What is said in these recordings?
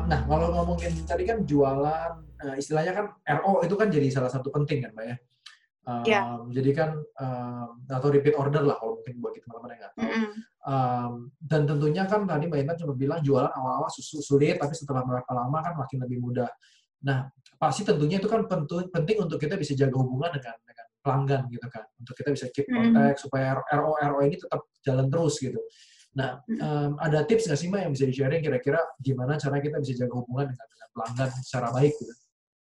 Nah, kalau ngomongin tadi kan jualan, istilahnya kan RO itu kan jadi salah satu penting kan, Mbak ya. Ya. Jadi kan atau repeat order lah kalau mungkin buat teman-teman yang nggak tahu. Dan tentunya kan tadi Mbak Intan cuma bilang jualan awal-awal sulit, tapi setelah berapa lama kan makin lebih mudah. Nah, pasti tentunya itu kan penting untuk kita bisa jaga hubungan dengan pelanggan gitu kan, untuk kita bisa keep kontak supaya RO ini tetap jalan terus gitu. Nah, ada tips nggak sih Mbak yang bisa di-sharing kira-kira gimana cara kita bisa jaga hubungan dengan pelanggan secara baik gitu?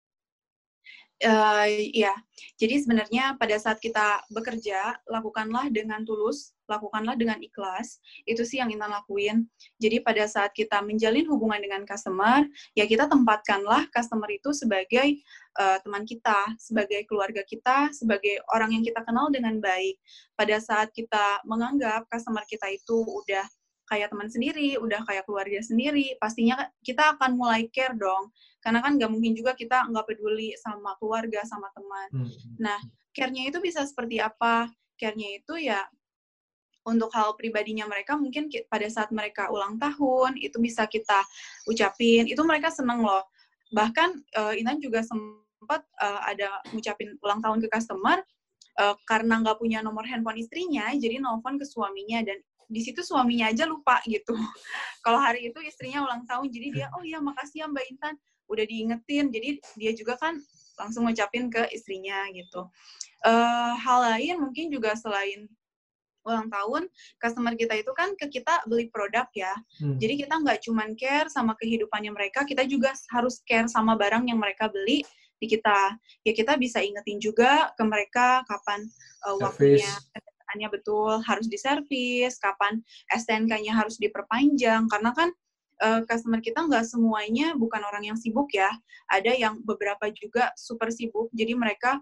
Ya, jadi sebenarnya pada saat kita bekerja, lakukanlah dengan tulus, lakukanlah dengan ikhlas, itu sih yang Intan lakuin. Jadi pada saat kita menjalin hubungan dengan customer, ya kita tempatkanlah customer itu sebagai teman kita, sebagai keluarga kita, sebagai orang yang kita kenal dengan baik. Pada saat kita menganggap customer kita itu udah kayak teman sendiri, udah kayak keluarga sendiri, pastinya kita akan mulai care dong. Karena kan nggak mungkin juga kita nggak peduli sama keluarga, sama teman. Nah, care-nya itu bisa seperti apa? Care-nya itu ya untuk hal pribadinya mereka, mungkin pada saat mereka ulang tahun, itu bisa kita ucapin, itu mereka seneng loh. Bahkan Intan juga sempat ada ngucapin ulang tahun ke customer, karena nggak punya nomor handphone istrinya, jadi nelfon ke suaminya, dan di situ suaminya aja lupa gitu. Kalau hari itu istrinya ulang tahun, jadi dia, oh iya makasih ya Mbak Intan, udah diingetin, jadi dia juga kan langsung ngucapin ke istrinya gitu. Hal lain mungkin juga selain ulang tahun, customer kita itu kan ke kita beli produk ya. Jadi kita nggak cuman care sama kehidupannya mereka, kita juga harus care sama barang yang mereka beli di kita. Ya kita bisa ingetin juga ke mereka kapan waktunya kedatangannya betul harus diservis, kapan STNK-nya harus diperpanjang, karena kan customer kita nggak semuanya bukan orang yang sibuk ya. Ada yang beberapa juga super sibuk, jadi mereka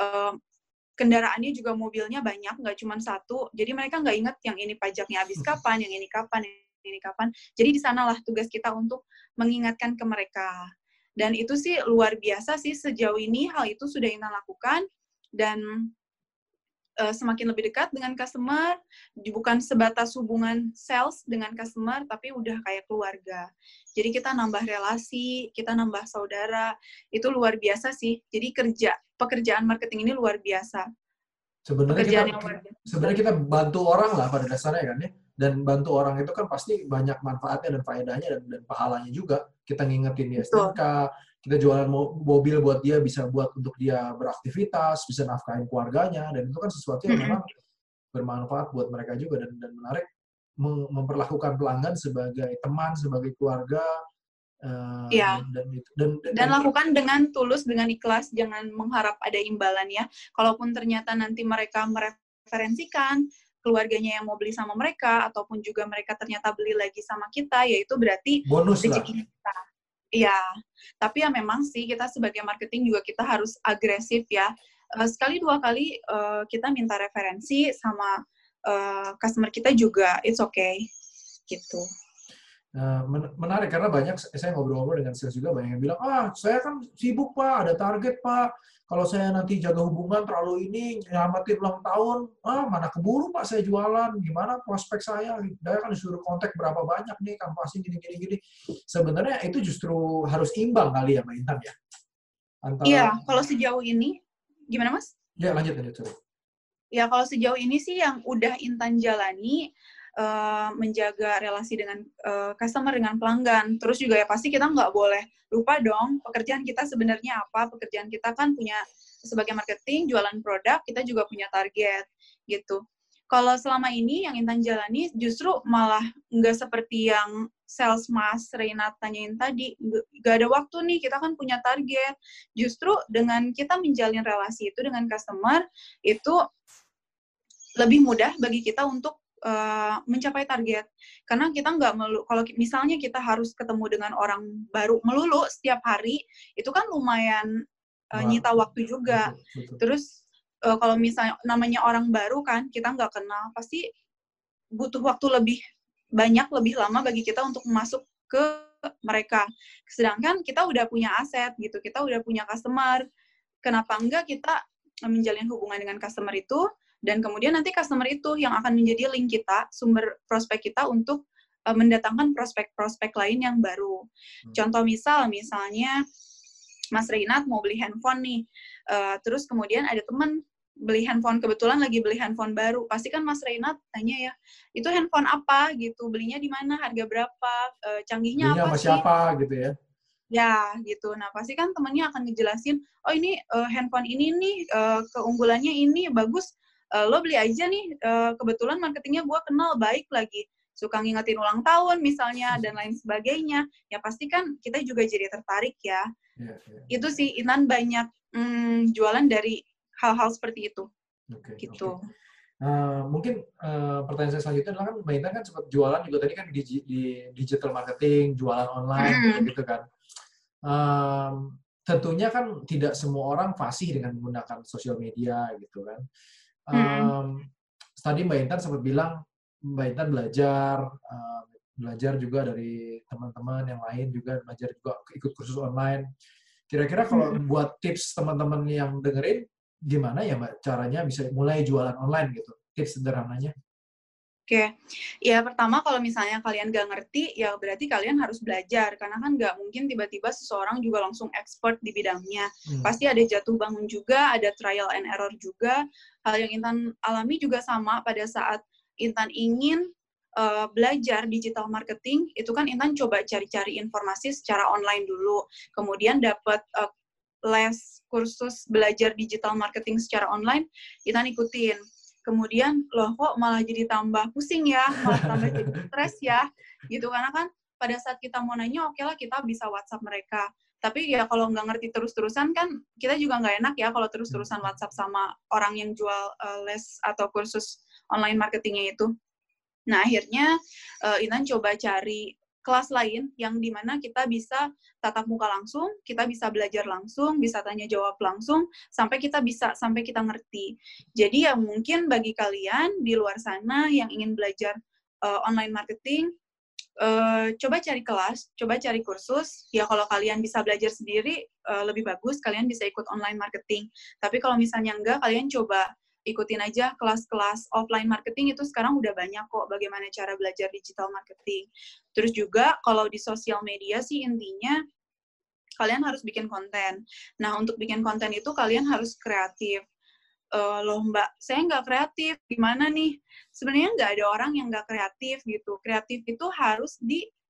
kendaraannya juga mobilnya banyak, nggak cuma satu. Jadi mereka nggak inget yang ini pajaknya habis kapan, yang ini kapan, yang ini kapan. Jadi di sanalah tugas kita untuk mengingatkan ke mereka. Dan itu sih luar biasa sih sejauh ini hal itu sudah Intan lakukan, dan semakin lebih dekat dengan customer, bukan sebatas hubungan sales dengan customer, tapi udah kayak keluarga. Jadi kita nambah relasi, kita nambah saudara, itu luar biasa sih. Jadi pekerjaan marketing ini luar biasa. Sebenarnya kita bantu orang lah pada dasarnya kan ya, dan bantu orang itu kan pasti banyak manfaatnya dan faedahnya dan pahalanya juga. Kita ngingetin dia STNK, kita jualan mobil buat dia, bisa buat untuk dia beraktivitas, bisa nafkahin keluarganya, dan itu kan sesuatu yang memang bermanfaat buat mereka juga, dan menarik memperlakukan pelanggan sebagai teman, sebagai keluarga. Dan lakukan dengan tulus, dengan ikhlas, jangan mengharap ada imbalan ya. Kalaupun ternyata nanti mereka mereferensikan keluarganya yang mau beli sama mereka, ataupun juga mereka ternyata beli lagi sama kita, ya itu berarti bonus rezeki kita. Iya, tapi ya memang sih kita sebagai marketing juga kita harus agresif ya. Sekali dua kali kita minta referensi sama customer kita juga, it's okay gitu. Menarik karena banyak saya ngobrol-ngobrol dengan sales juga, banyak yang bilang, saya kan sibuk Pak, ada target Pak, kalau saya nanti jaga hubungan terlalu ini, nyelamatin ulang tahun, mana keburu Pak saya jualan, gimana prospek saya kan disuruh kontak berapa banyak nih, kan pasti gini. Sebenarnya itu justru harus imbang kali ya Mbak Intan ya? Iya, kalau sejauh ini, gimana Mas? Ya lanjut. Sorry. Ya kalau sejauh ini sih yang udah Intan jalani, menjaga relasi dengan customer, dengan pelanggan. Terus juga ya pasti kita nggak boleh lupa dong pekerjaan kita sebenarnya apa. Pekerjaan kita kan punya, sebagai marketing, jualan produk, kita juga punya target gitu. Kalau selama ini yang Intan jalani justru malah nggak seperti yang sales Mas Reynat tanyain tadi, nggak ada waktu nih, kita kan punya target. Justru dengan kita menjalin relasi itu dengan customer, itu lebih mudah bagi kita untuk mencapai target. Karena kita nggak melulu, kalau misalnya kita harus ketemu dengan orang baru melulu setiap hari, itu kan lumayan nyita waktu juga. Betul. Terus kalau misalnya namanya orang baru kan, kita nggak kenal, pasti butuh waktu lebih banyak, lebih lama bagi kita untuk masuk ke mereka. Sedangkan kita udah punya aset gitu, kita udah punya customer. Kenapa enggak kita menjalin hubungan dengan customer itu, dan kemudian nanti customer itu yang akan menjadi link kita, sumber prospek kita untuk mendatangkan prospek-prospek lain yang baru. Contoh misalnya Mas Reynat mau beli handphone nih, terus kemudian ada teman beli handphone, kebetulan lagi beli handphone baru, pasti kan Mas Reynat tanya ya, itu handphone apa gitu, belinya di mana, harga berapa, canggihnya belinya apa sama sih? siapa gitu ya? Ya, gitu. Nah, pasti kan temennya akan ngejelasin, oh ini handphone ini nih, keunggulannya ini, bagus, lo beli aja nih, kebetulan marketingnya gue kenal, baik lagi, suka ngingetin ulang tahun misalnya, dan lain sebagainya. Ya pasti kan kita juga jadi tertarik ya. Itu sih, Intan banyak jualan dari hal-hal seperti itu. Gitu. Mungkin pertanyaan saya selanjutnya adalah kan Mbak Intan kan sempat jualan juga tadi kan di digital marketing, jualan online gitu kan. Tentunya kan tidak semua orang fasih dengan menggunakan sosial media gitu kan. Tadi Mbak Intan sempat bilang Mbak Intan belajar juga dari teman-teman yang lain juga, belajar juga ikut kursus online. Kira-kira kalau buat tips teman-teman yang dengerin, gimana ya Mbak caranya bisa mulai jualan online gitu? Tips sederhananya. Oke, ya pertama kalau misalnya kalian nggak ngerti, ya berarti kalian harus belajar. Karena kan nggak mungkin tiba-tiba seseorang juga langsung expert di bidangnya. Pasti ada jatuh bangun juga, ada trial and error juga. Hal yang Intan alami juga sama pada saat Intan ingin belajar digital marketing, itu kan Intan coba cari-cari informasi secara online dulu. Kemudian dapat les kursus belajar digital marketing secara online, Intan ikutin. Kemudian, loh kok malah jadi tambah pusing ya, malah tambah jadi stres ya, gitu. Karena kan pada saat kita mau nanya, oke lah kita bisa WhatsApp mereka. Tapi ya kalau nggak ngerti terus-terusan kan, kita juga nggak enak ya kalau terus-terusan WhatsApp sama orang yang jual les atau kursus online marketingnya itu. Nah, akhirnya Intan coba cari kelas lain yang dimana kita bisa tatap muka langsung, kita bisa belajar langsung, bisa tanya jawab langsung, sampai kita ngerti. Jadi ya mungkin bagi kalian di luar sana yang ingin belajar online marketing, coba cari kelas, coba cari kursus. Ya kalau kalian bisa belajar sendiri, lebih bagus, kalian bisa ikut online marketing. Tapi kalau misalnya enggak, kalian coba ikutin aja kelas-kelas offline marketing, itu sekarang udah banyak kok bagaimana cara belajar digital marketing. Terus juga kalau di sosial media sih intinya kalian harus bikin konten. Nah, untuk bikin konten itu kalian harus kreatif. Loh Mbak, saya nggak kreatif, gimana nih? Sebenarnya nggak ada orang yang nggak kreatif gitu. Kreatif itu harus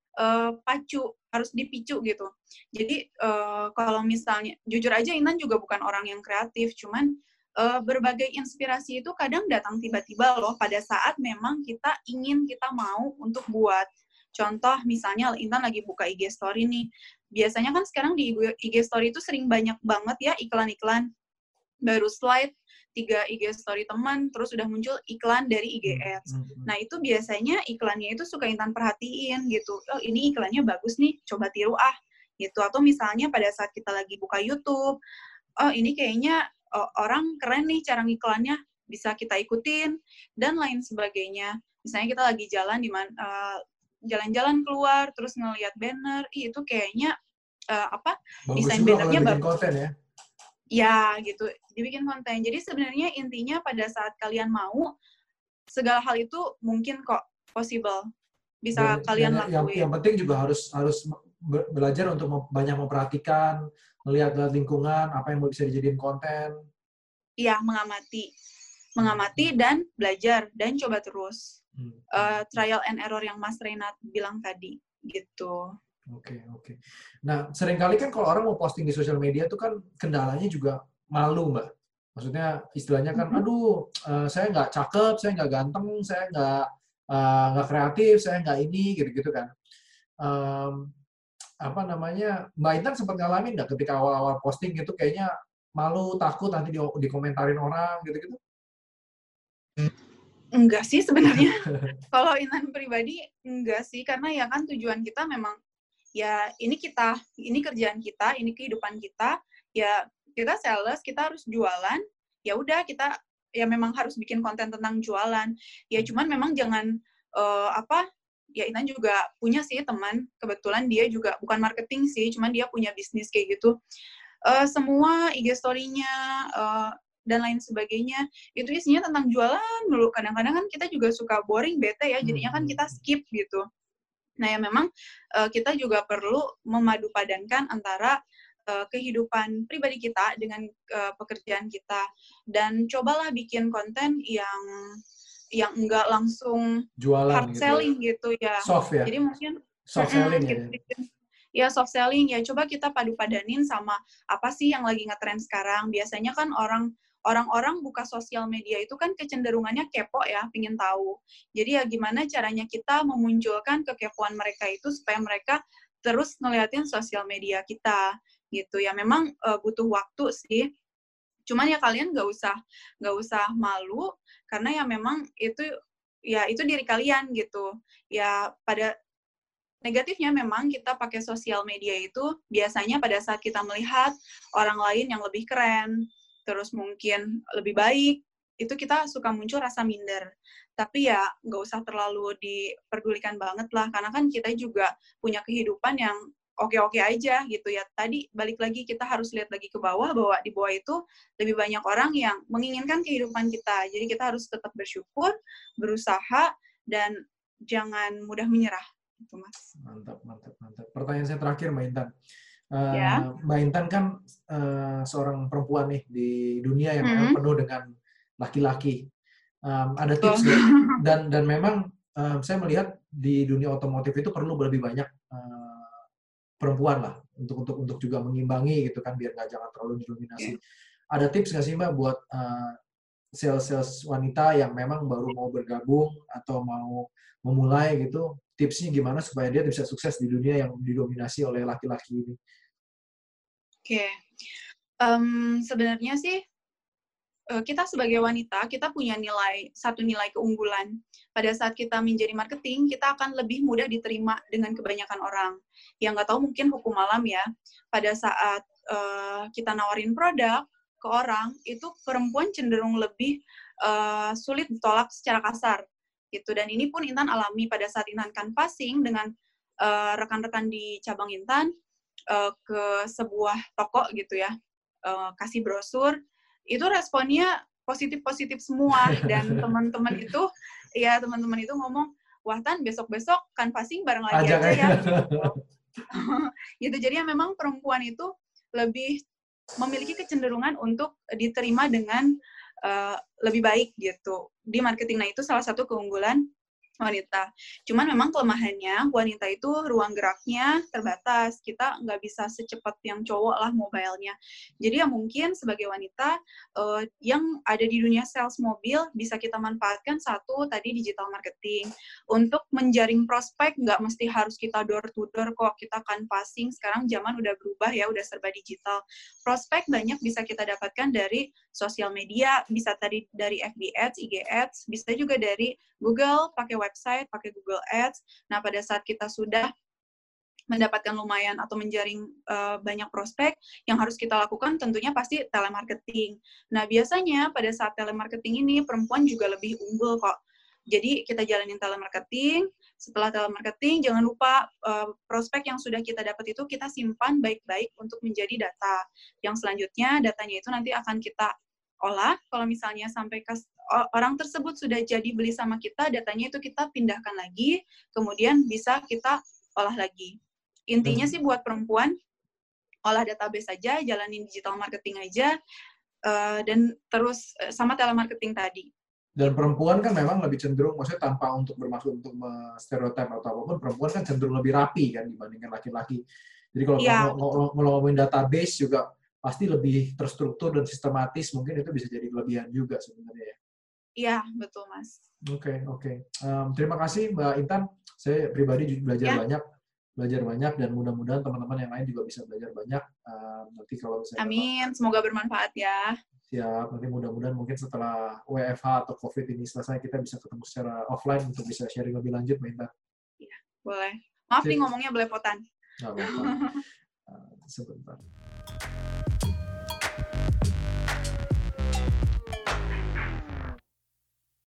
harus dipicu gitu. Jadi kalau misalnya, jujur aja Intan juga bukan orang yang kreatif, cuman berbagai inspirasi itu kadang datang tiba-tiba loh pada saat memang kita mau untuk buat. Contoh misalnya Intan lagi buka IG story nih. Biasanya kan sekarang di IG story itu sering banyak banget ya iklan-iklan. Baru slide 3 IG story teman, terus udah muncul iklan dari IG Ads. Nah, itu biasanya iklannya itu suka Intan perhatiin gitu. Oh, ini iklannya bagus nih, coba tiru gitu. Atau misalnya pada saat kita lagi buka YouTube, oh ini kayaknya orang keren nih cara ngiklannya, bisa kita ikutin, dan lain sebagainya. Misalnya kita lagi jalan-jalan keluar, terus ngelihat banner, itu kayaknya desain bannernya bagus. Konten ya? Ya, gitu. Dibikin konten. Jadi sebenarnya intinya pada saat kalian mau, segala hal itu mungkin kok possible. Bisa kalian lakuin. Yang penting juga harus belajar untuk banyak memperhatikan, melihat lingkungan, apa yang bisa dijadiin konten. Iya, mengamati dan belajar, dan coba terus. Trial and error yang Mas Reynat bilang tadi, gitu. Oke. Nah, seringkali kan kalau orang mau posting di sosial media itu kan kendalanya juga malu, Mbak. Maksudnya istilahnya kan, aduh, saya nggak cakep, saya nggak ganteng, saya nggak kreatif, saya nggak ini, gitu-gitu kan. Mbak Intan sempat ngalamin nggak ketika awal-awal posting itu kayaknya malu, takut nanti dikomentarin orang, gitu-gitu? Enggak sih sebenarnya. Kalau Intan pribadi, enggak sih. Karena ya kan tujuan kita memang, ya ini kerjaan kita, ini kehidupan kita, ya kita sales, kita harus jualan, ya udah kita ya memang harus bikin konten tentang jualan. Ya cuman memang jangan ya Intan juga punya sih teman, kebetulan dia juga bukan marketing sih, cuman dia punya bisnis kayak gitu. Semua IG story-nya dan lain sebagainya itu isinya tentang jualan dulu. Kadang-kadang kan kita juga suka boring, bete ya, jadinya kan kita skip gitu. Nah, ya memang kita juga perlu memadupadankan antara kehidupan pribadi kita dengan pekerjaan kita, dan cobalah bikin konten yang enggak langsung jualan hard gitu selling ya. gitu ya. Soft ya. Jadi mungkin Soft selling ya. Ya soft selling ya, coba kita padu-padanin sama apa sih yang lagi ngetrend sekarang. Biasanya kan orang-orang buka sosial media itu kan kecenderungannya kepo ya, pingin tahu. Jadi ya gimana caranya kita memunculkan kekepoan mereka itu supaya mereka terus ngeliatin sosial media kita gitu ya. Memang butuh waktu sih. Cuman ya kalian nggak usah malu, karena ya memang itu diri kalian gitu. Ya pada negatifnya memang kita pakai sosial media itu biasanya pada saat kita melihat orang lain yang lebih keren, terus mungkin lebih baik, itu kita suka muncul rasa minder. Tapi ya nggak usah terlalu diperdulikan banget lah, karena kan kita juga punya kehidupan yang oke-oke aja gitu ya. Tadi balik lagi kita harus lihat lagi ke bawah, bahwa di bawah itu lebih banyak orang yang menginginkan kehidupan kita. Jadi kita harus tetap bersyukur, berusaha, dan jangan mudah menyerah. Gitu, Mas. Mantap. Pertanyaan saya terakhir, Mbak Intan. Ya. Mbak Intan kan seorang perempuan nih di dunia yang memang penuh dengan laki-laki. Ada tips nggak? Dan memang saya melihat di dunia otomotif itu perlu lebih banyak perempuan lah untuk juga mengimbangi gitu kan, biar jangan terlalu didominasi. Ada tips nggak sih Mbak buat sales wanita yang memang baru mau bergabung atau mau memulai gitu, tipsnya gimana supaya dia bisa sukses di dunia yang didominasi oleh laki-laki ini? Oke. Sebenarnya sih kita sebagai wanita, kita punya satu nilai keunggulan. Pada saat kita menjadi marketing, kita akan lebih mudah diterima dengan kebanyakan orang. Yang nggak tahu mungkin hukum alam ya, pada saat kita nawarin produk ke orang, itu perempuan cenderung lebih sulit ditolak secara kasar. Gitu. Dan ini pun Intan alami pada saat Intan canvassing dengan rekan-rekan di cabang Intan ke sebuah toko gitu ya, kasih brosur, itu responnya positif-positif semua, dan teman-teman itu ngomong, wah Tan, besok-besok canvassing bareng lagi aja ya. Gitu. Jadi ya memang perempuan itu lebih memiliki kecenderungan untuk diterima dengan lebih baik gitu di marketing. Nah, itu salah satu keunggulan wanita. Cuman memang kelemahannya, wanita itu ruang geraknya terbatas. Kita nggak bisa secepat yang cowok lah mobilenya. Jadi ya mungkin sebagai wanita yang ada di dunia sales mobil, bisa kita manfaatkan satu, tadi digital marketing. Untuk menjaring prospek, nggak mesti harus kita door to door kok, kita canvassing. Sekarang zaman udah berubah ya, udah serba digital. Prospek banyak bisa kita dapatkan dari sosial media, bisa tadi dari FB Ads, IG Ads, bisa juga dari Google, pakai website, pakai Google Ads. Nah, pada saat kita sudah mendapatkan lumayan atau menjaring banyak prospek, yang harus kita lakukan tentunya pasti telemarketing. Nah, biasanya pada saat telemarketing ini, perempuan juga lebih unggul kok. Jadi, kita jalanin telemarketing. Setelah telemarketing, jangan lupa prospek yang sudah kita dapat itu kita simpan baik-baik untuk menjadi data. Yang selanjutnya, datanya itu nanti akan kita olah. Kalau misalnya sampai orang tersebut sudah jadi beli sama kita, datanya itu kita pindahkan lagi, kemudian bisa kita olah lagi. Intinya sih buat perempuan, olah database aja, jalanin digital marketing aja, dan terus sama telemarketing tadi. Dan perempuan kan memang lebih cenderung, maksudnya tanpa untuk bermaksud untuk stereotip atau apapun, perempuan kan cenderung lebih rapi kan dibandingkan laki-laki. Jadi kalau ngomongin database juga pasti lebih terstruktur dan sistematis, mungkin itu bisa jadi kelebihan juga sebenarnya ya. Iya, betul Mas. Oke. Terima kasih Mbak Intan. Saya pribadi belajar banyak dan mudah-mudahan teman-teman yang lain juga bisa belajar banyak. Nanti kalau misalnya Amin, semoga bermanfaat ya. Siap, nanti mudah-mudahan mungkin setelah WFH atau COVID ini selesai kita bisa ketemu secara offline untuk bisa sharing lebih lanjut Mbak Intan. Iya, boleh. Maaf nih ngomongnya belepotan. Nggak apa-apa. Sebentar.